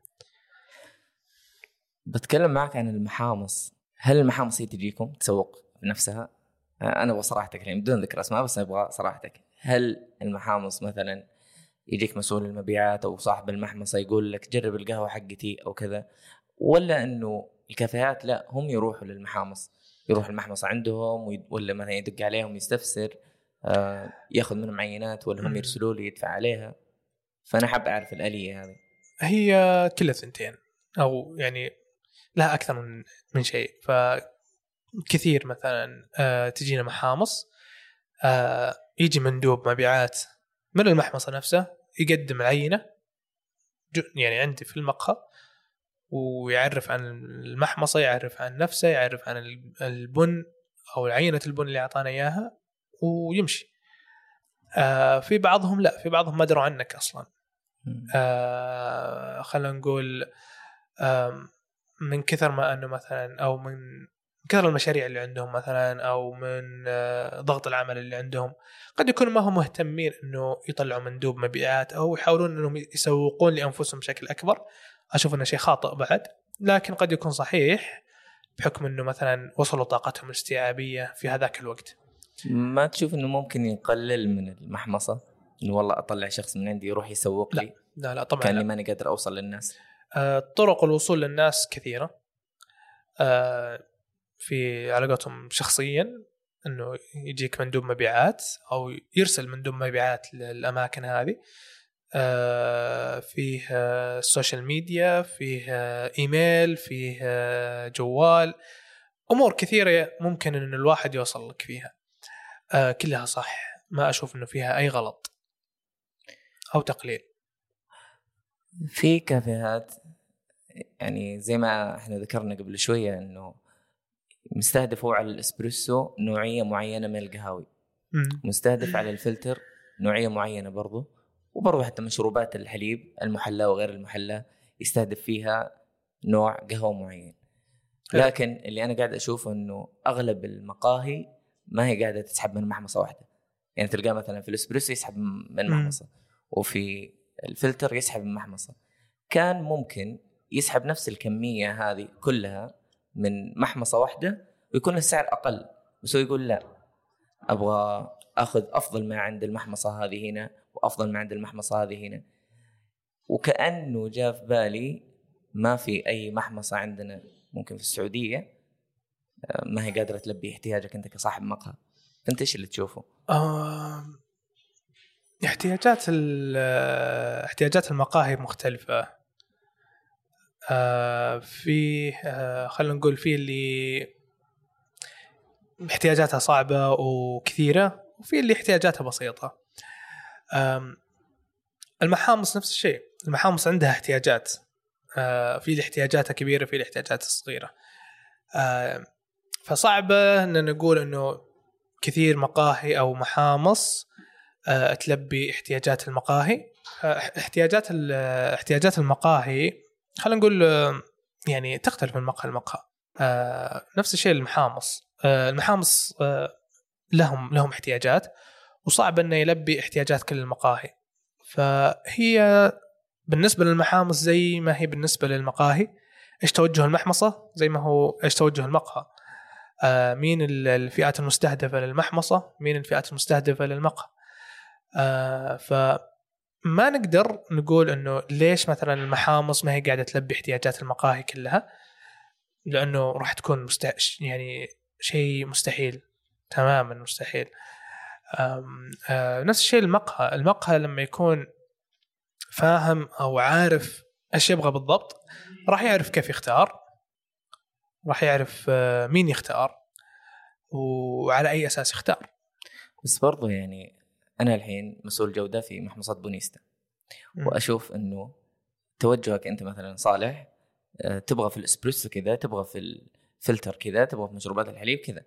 بتكلم معك عن المحامص. هل المحامص هي تجيكم تسوق بنفسها؟ انا بصراحتك الحين بدون ذكر اسماء بس ابغى صراحتك، هل المحامص مثلا يجيك مسؤول المبيعات او صاحب المحمصه يقول لك جرب القهوه حقتي او كذا، ولا انه الكافيهات لا هم يروحوا للمحامص، يروح المحمصه عندهم ولا مثلا يدق عليهم يستفسر آه ياخذ منهم عينات، ولا هم يرسلوا لي يدفع عليها؟ فانا حاب اعرف الاليه هذه. هي كلها ثنتين او يعني لها اكثر من من شيء. فكثير مثلا آه تجينا محامص آه يجي مندوب مبيعات من المحمصه نفسه يقدم العينه يعني عندي في المقهى ويعرف عن المحمصه، يعرف عن نفسه، يعرف عن البن او عينه البن اللي اعطانا اياها ويمشي. آه في بعضهم لا، في بعضهم ما دروا عنك اصلا. آه خلينا نقول آه من كثر ما انه مثلا او من كثر المشاريع اللي عندهم مثلا او من آه ضغط العمل اللي عندهم قد يكونوا ما هم مهتمين انه يطلعوا مندوب مبيعات او يحاولون انهم يسوقون لانفسهم بشكل اكبر. اشوف انه شيء خاطئ بعد، لكن قد يكون صحيح بحكم انه مثلا وصلوا طاقتهم الاستيعابيه في هذاك الوقت. ما تشوف انه ممكن يقلل من المحمصه انه والله اطلع شخص من عندي يروح يسوق لي؟ لا لا, لا طبعا كان لي ماني قادر اوصل للناس. طرق الوصول للناس كثيرة. في علاقاتهم شخصيا انه يجيك مندوب مبيعات او يرسل مندوب مبيعات للاماكن هذه. فيه السوشيال ميديا، فيه ايميل، فيه جوال، امور كثيرة ممكن ان الواحد يوصل لك فيها. كلها صح، ما اشوف انه فيها اي غلط او تقليل. في كافيهات يعني زي ما احنا ذكرنا قبل شوية انه مستهدفوا على الاسبريسو نوعية معينة من القهاوي، مستهدف على الفلتر نوعية معينة برضو، وبرضو حتى مشروبات الحليب المحلى وغير المحلى يستهدف فيها نوع قهوة معين. لكن اللي أنا قاعد أشوفه أنه أغلب المقاهي ما هي قاعدة تسحب من محمصة واحدة. يعني تلقى مثلا في الاسبريسو يسحب من محمصة، وفي الفلتر يسحب من محمصة. كان ممكن يسحب نفس الكمية هذه كلها من محمصة واحدة ويكون السعر أقل، بس هو يقول لا، أبغى أخذ أفضل ما عند المحمصة هذه هنا وأفضل ما عند المحمصة هذه هنا. وكأنه جاء في بالي ما في أي محمصة عندنا ممكن في السعودية ما هي قادرة تلبي احتياجك أنت كصاحب مقهى. أنت إيش اللي تشوفه؟ آه، احتياجات احتياجات المقاهي مختلفة. آه، في آه، خلينا نقول في اللي احتياجاتها صعبة وكثيرة، وفي اللي احتياجاتها بسيطة. المحامص نفس الشيء، المحامص عندها احتياجات، آه، في اللي احتياجاتها كبيرة، في اللي احتياجاتها صغيرة. آه، فصعبة أن نقول أنه كثير مقاهي أو محامص آه، تلبي احتياجات المقاهي. آه، احتياجات احتياجات المقاهي خلينا نقول آه، يعني تختلف من مقهى لمقهى. آه، نفس الشيء المحامص. آه، المحامص آه، لهم لهم احتياجات، وصعب أنه يلبي احتياجات كل المقاهي. فهي بالنسبة للمحامص زي ما هي بالنسبة للمقاهي. إيش توجه المحمصة زي ما هو إيش توجه المقهى. آه، مين الفئات المستهدفة للمحمصة، مين الفئات المستهدفة للمقهى. آه، فما نقدر نقول إنه ليش مثلا المحامص ما هي قاعدة تلبي احتياجات المقاهي كلها، لأنه راح تكون مست... يعني شيء مستحيل، تماما مستحيل. آه، نفس الشيء المقهى. المقهى لما يكون فاهم أو عارف إيش يبغى بالضبط، راح يعرف كيف يختار، راح يعرف آه، مين يختار وعلى أي أساس يختار. بس برضو يعني أنا الحين مسؤول جودة في محمصات بونيستا، م. وأشوف أنه توجهك أنت مثلا صالح آه، تبغى في الإسبريسو كذا، تبغى في الفلتر كذا، تبغى في مشروبات الحليب كذا.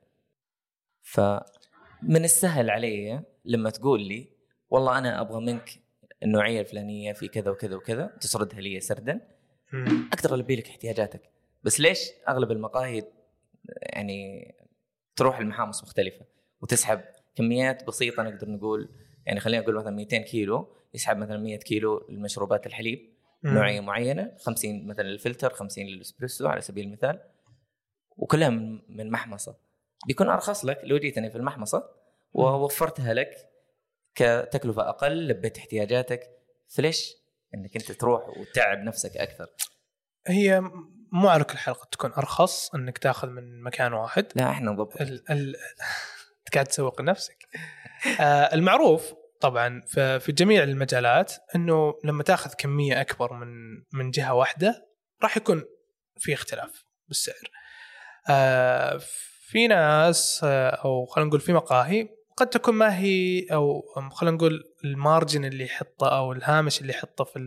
فمن السهل علي لما تقول لي والله أنا أبغى منك النوعية الفلانية في كذا وكذا وكذا، تسردها لي سردا، أقدر ألبي لك احتياجاتك. بس ليش أغلب المقاهي يعني تروح المحامص مختلفة وتسحب كميات بسيطة؟ نقدر نقول يعني خلينا نقول مثلا مئتين كيلو، يسحب مثلا مئة كيلو للمشروبات الحليب مم. نوعية معينة، خمسين مثلا للفلتر، خمسين للإسبريسو على سبيل المثال، وكلها من محمصة. بيكون أرخص لك لو جيتني في المحمصة ووفرتها لك كتكلفة أقل، لبيت احتياجاتك. فليش إنك أنت تروح وتعب نفسك أكثر؟ هي مو على كل حلقة تكون أرخص إنك تأخذ من مكان واحد. لا إحنا نضبط ال... ال... قاعد تسوق نفسك. آه المعروف طبعا في جميع المجالات إنه لما تأخذ كمية أكبر من من جهة واحدة راح يكون في اختلاف بالسعر. آه في ناس آه أو خلينا نقول في مقاهي قد تكون ما هي، أو خلينا نقول المارجن اللي يحطه أو الهامش اللي يحطه في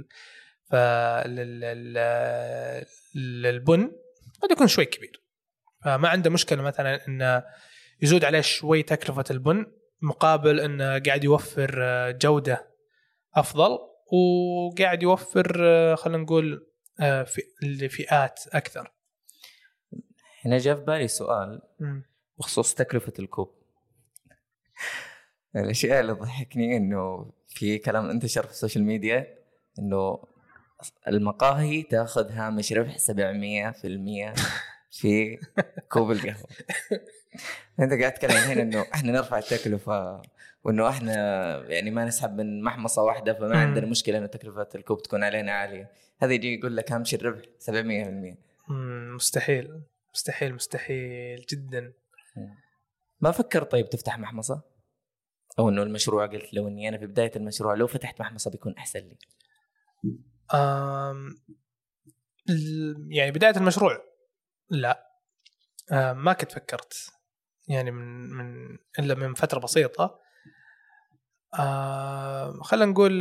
للبن قد يكون شوي كبير، فما عنده مشكلة مثلا إنه يزود عليه شوي تكلفة البن مقابل إنه قاعد يوفر جودة أفضل وقاعد يوفر خلينا نقول لفئات أكثر. هنا جاء في بالي سؤال بخصوص تكلفة الكوب. الأشياء اللي ضحكني إنه في كلام انتشر في السوشيال ميديا إنه المقاهي تأخذ هامش ربح سبعمية في المية في كوب القهوة. أنت قاعد تتكلم هنا إنه إحنا نرفع التكلفة، وإنه إحنا يعني ما نسحب من محمصة واحدة، فما عندنا مشكلة إنه تكلفة الكوب تكون علينا عالية. هذا يجي يقول لك هامش الربح سبعمية بالمية. مستحيل مستحيل مستحيل جدا. ما فكر طيب تفتح محمصة؟ أو إنه المشروع قلت لو إني أنا في بداية المشروع لو فتحت محمصة بيكون أحسن لي. أم يعني بداية المشروع لا ما كنت فكرت يعني من من إلا من فترة بسيطة. خلينا نقول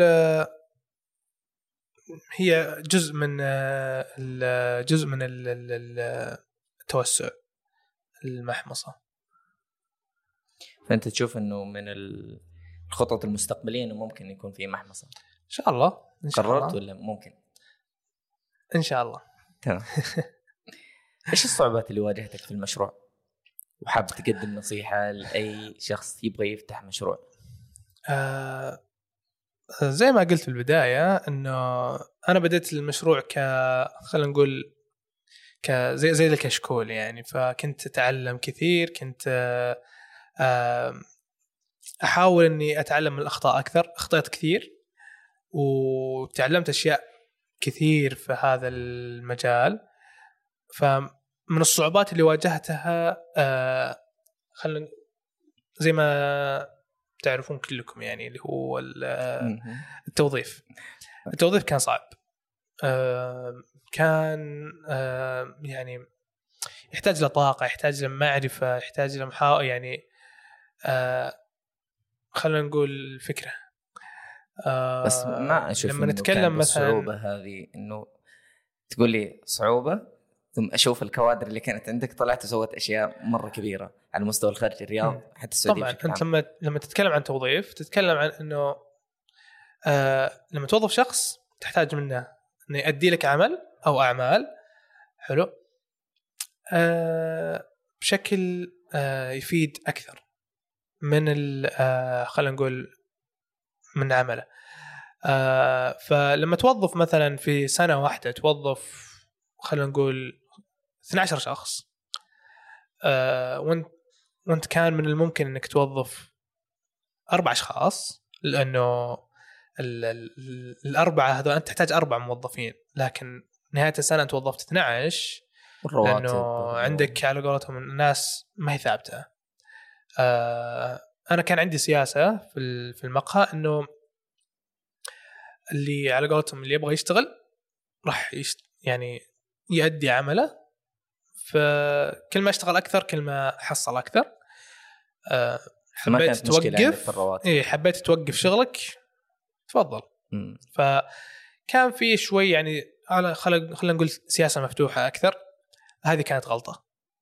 هي جزء من الجزء من التوسع المحمصة. فأنت تشوف إنه من الخطط المستقبلية إنه ممكن يكون في محمصة إن شاء الله. إن شاء قررت الله. ولا ممكن؟ إن شاء الله. تمام. إيش الصعوبات اللي واجهتك في المشروع وحاب تقدم نصيحة لأي شخص يبغى يفتح مشروع؟ آه زي ما قلت في البداية إنه أنا بديت المشروع ك خلينا نقول ك زي زي الكشكول يعني. فكنت أتعلم كثير. كنت آه أحاول إني أتعلم من الأخطاء أكثر. أخطأت كثير وتعلمت أشياء كثير في هذا المجال. فمن الصعوبات اللي واجهتها آه خلينا زي ما تعرفون كلكم يعني اللي هو التوظيف. التوظيف كان صعب. آه كان آه يعني يحتاج لطاقة، يحتاج لمعرفة، يحتاج لمحاولة يعني آه خلينا نقول فكرة. آه بس ما أشوف لما إنه نتكلم مثلا الصعوبة هذه إنه تقول لي صعوبة ثم أشوف الكوادر اللي كانت عندك طلعت وسوت أشياء مرة كبيرة على مستوى الخارج الرياض حتى السعودية. طبعا أنت لما لما تتكلم عن توظيف تتكلم عن إنه آه لما توظف شخص تحتاج منه إنه يؤدي لك عمل أو أعمال حلو آه بشكل آه يفيد أكثر من آه خلينا نقول من عمله. آه فلما توظف مثلا في سنة واحدة توظف خلينا نقول اثنا عشر شخص آه وانت وانت كان من الممكن انك توظف اربع اشخاص لانه ال ال الاربعه هذول انت تحتاج اربع موظفين، لكن نهايه السنه انت وظفت اثنا عشر لانه عندك على قولتهم الناس ما هي ثابته. آه انا كان عندي سياسه في في المقهى انه اللي على قولتهم اللي يبغى يشتغل راح يشت يعني يؤدي عمله، فكل ما اشتغل اكثر كل ما حصل اكثر. أه حبيت توقف ايه حبيت توقف شغلك تفضل. م. فكان في شوي يعني على خلينا نقول سياسه مفتوحه اكثر. هذه كانت غلطه.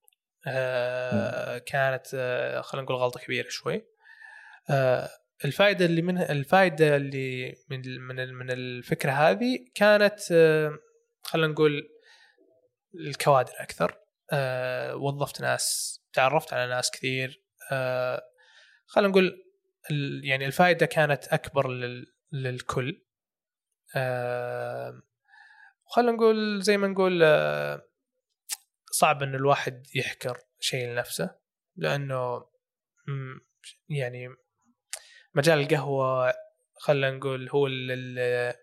أه كانت أه خلينا نقول غلطه كبيره شوي. أه الفائده اللي منها الفائده اللي من من من الفكره هذه كانت أه خلينا نقول الكوادر اكثر. أه وظفت ناس، تعرفت على ناس كثير. أه خلينا نقول يعني الفائدة كانت أكبر لل للكل. أه خلينا نقول زي ما نقول أه صعب إن الواحد يحكر شيء لنفسه، لأنه يعني مجال القهوة خلينا نقول هو ال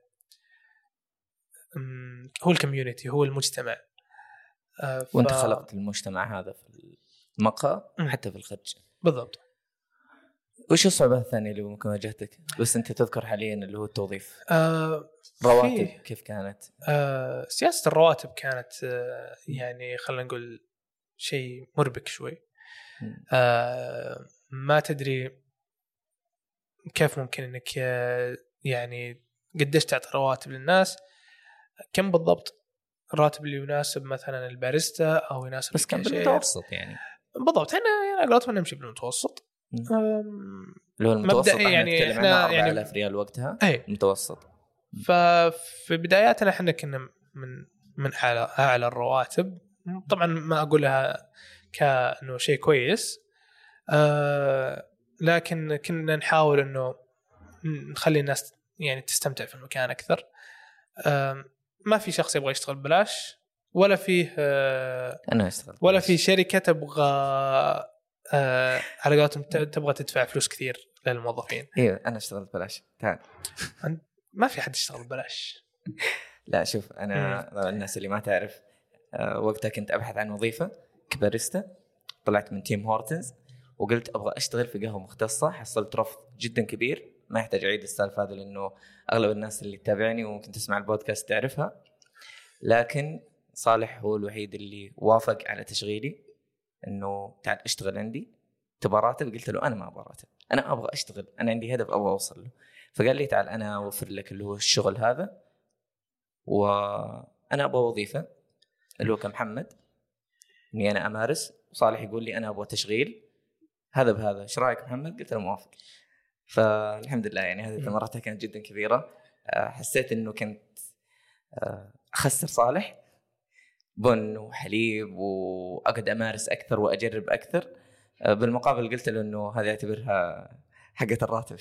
هو الكوميونيتي، هو المجتمع. أه ف... وانت خلقت المجتمع هذا في المقهى حتى في الخارج. بالضبط. وش الصعوبات الثانية اللي ممكن واجهتك بس انت تذكر حاليا اللي هو التوظيف؟ آه رواتب كيف كانت؟ آه سياسة الرواتب كانت آه يعني خلينا نقول شيء مربك شوي. آه ما تدري كيف ممكن انك آه يعني قديش تعطي رواتب للناس، كم بالضبط الراتب اللي يناسب مثلا الباريستا او يناسب بس كان بالمتوسط يعني. بالضبط. احنا يعني قلت نمشي بالمتوسط. اللي هو المتوسط يعني احنا يعني أربعة آلاف ريال وقتها ايه متوسط. ففي بداياتنا احنا كنا من من اعلى اعلى الرواتب. طبعا ما اقولها كانه شيء كويس، آه لكن كنا نحاول انه نخلي الناس يعني تستمتع في المكان اكثر. آه ما في شخص يبغى يشتغل بلاش، ولا فيه آه انا اشتغل ولا في شركه تبغى آه على قولتهم تبغى تدفع فلوس كثير للموظفين. ايوه انا اشتغلت بلاش. تعال ما في حد يشتغل ببلاش. لا شوف أنا مم. الناس اللي ما تعرف أه وقتها كنت أبحث عن وظيفة كباريستا، طلعت من تيم هورتنز وقلت أبغى أشتغل في قهوة مختصة. حصلت رفض جدا كبير، ما يحتاج أعيد السالفة هذا لأنه أغلب الناس اللي تتابعني وممكن تسمع البودكاست تعرفها. لكن صالح هو الوحيد اللي وافق على تشغيلي، إنه تعال اشتغل عندي تبغى راتب. قلت له أنا ما أبغى راتب، أنا أبغى أشتغل، أنا عندي هدف أبغى أوصل له. فقال لي تعال أنا أوفر لك اللي هو الشغل هذا، وأنا أبغى وظيفة اللي هو كمحمد إني أنا أمارس. وصالح يقول لي أنا أبغى تشغيل هذا بهذا، إيش رأيك محمد؟ قلت له موافق. فالحمد لله يعني هذه ثمرتها كانت جدا كبيرة. حسيت إنه كنت أخسر صالح بن وحليب وأقعد أمارس أكثر وأجرب أكثر، بالمقابل قلت له إنه هذه أعتبرها حقة الراتب.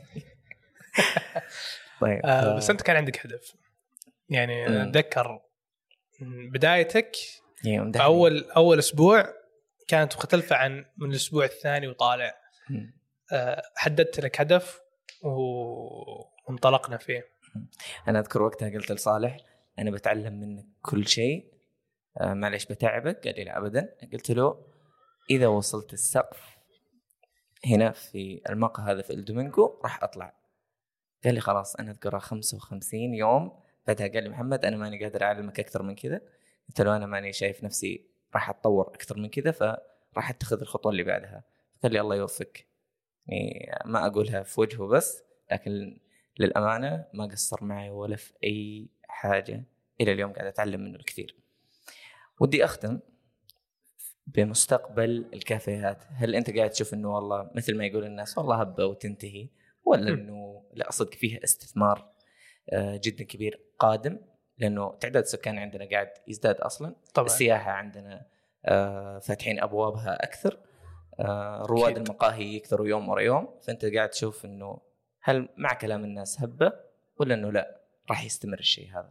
طيب آه بس أنت كان عندك هدف يعني. أتذكر بدايتك أول أول أسبوع كانت مختلفة عن من الأسبوع الثاني وطالع. آه حددت لك هدف وانطلقنا فيه. أنا أذكر وقتها قلت لصالح أنا بتعلم منك كل شيء، آه معلش بتعبك. قال لي لا أبدا. قلت له إذا وصلت السقف هنا في المقهى هذا في الدومينغو راح أطلع. قال لي خلاص. أنا أذكرها خمسة وخمسين يوم بعدها قال لي محمد أنا ماني قادر أعلمك أكثر من كذا. قلت له أنا ماني شايف نفسي راح أتطور أكثر من كذا، فراح أتخذ الخطوة اللي بعدها. قال لي الله يوفقك. يعني ما أقولها في وجهه بس، لكن للأمانة ما قصر معي ولا في أي حاجة. إلى اليوم قاعد أتعلم منه الكثير. ودي أختم بمستقبل الكافيهات. هل أنت قاعد تشوف إنه والله مثل ما يقول الناس والله هبة وتنتهي، ولا إنه لا صدق فيها استثمار جدا كبير قادم؟ لأنه تعداد السكان عندنا قاعد يزداد أصلا طبعا. السياحة عندنا فاتحين أبوابها أكثر، رواد كيد. المقاهي يكثروا يوم ورا يوم. فأنت قاعد تشوف إنه هل مع كلام الناس هبة ولا إنه لا راح يستمر الشيء هذا؟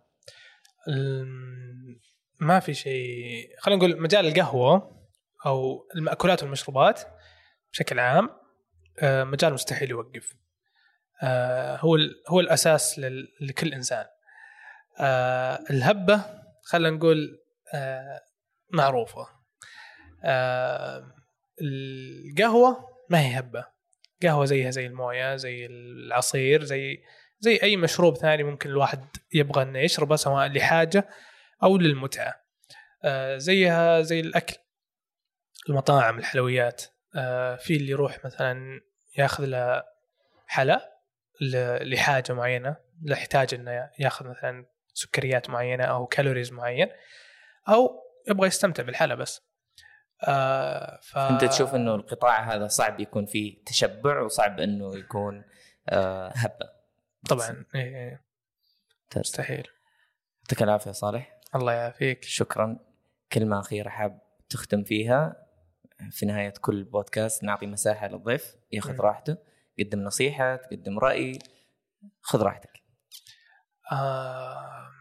ما في شيء. خلينا نقول مجال القهوة أو المأكولات والمشروبات بشكل عام مجال مستحيل يوقف. هو هو الأساس لكل إنسان. الهبة خلينا نقول معروفة. القهوة ما هي هبة. قهوة زيها زي الموية، زي العصير، زي زي أي مشروب ثاني ممكن الواحد يبغى إنه يشربه سواء لحاجة أو للمتعة. زيها زي الأكل، المطاعم، الحلويات. في اللي يروح مثلا ياخذ له حلا لحاجة معينة، لا يحتاج إنه ياخذ مثلا سكريات معينة أو كالوريز معين، أو يبغى يستمتع بالحلا بس. آه ف... أنت تشوف إنه القطاع هذا صعب يكون فيه تشبع وصعب إنه يكون آه هبة؟ طبعا إيه مستحيل. يعطيك العافية صالح. الله يعافيك. شكرا. كلمة أخيرة حاب تختم فيها؟ في نهاية كل بودكاست نعطي مساحة للضيف ياخذ م. راحته، قدم نصيحة، تقدم رأي، خذ راحتك. آه...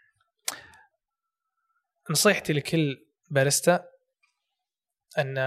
نصيحتي لكل باريستا أن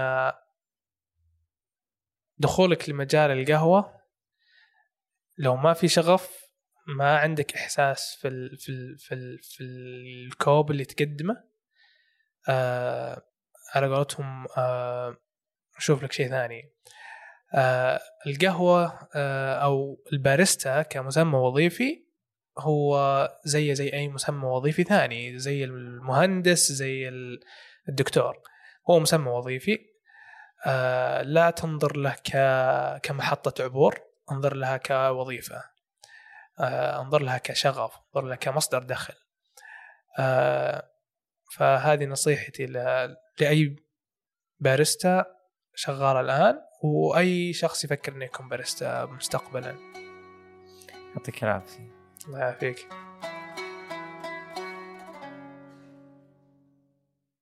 دخولك لمجال القهوة لو ما في شغف، ما عندك إحساس في ال في ال في ال في الكوب اللي تقدمه، آه على قولتهم آه شوف لك شيء ثاني. آه القهوة آه أو الباريستا كمسمى وظيفي هو زي زي أي مسمى وظيفي ثاني، زي المهندس، زي الدكتور، هو مسمى وظيفي. آه لا تنظر له كمحطة عبور، انظر لها كوظيفة، آه انظر لها كشغف، انظر لها كمصدر دخل. آه فهذه نصيحتي لأي باريستا شغال الآن، وأي شخص يفكر أنه يكون باريستا مستقبلا. يعطيك العافية. الله يعافيك.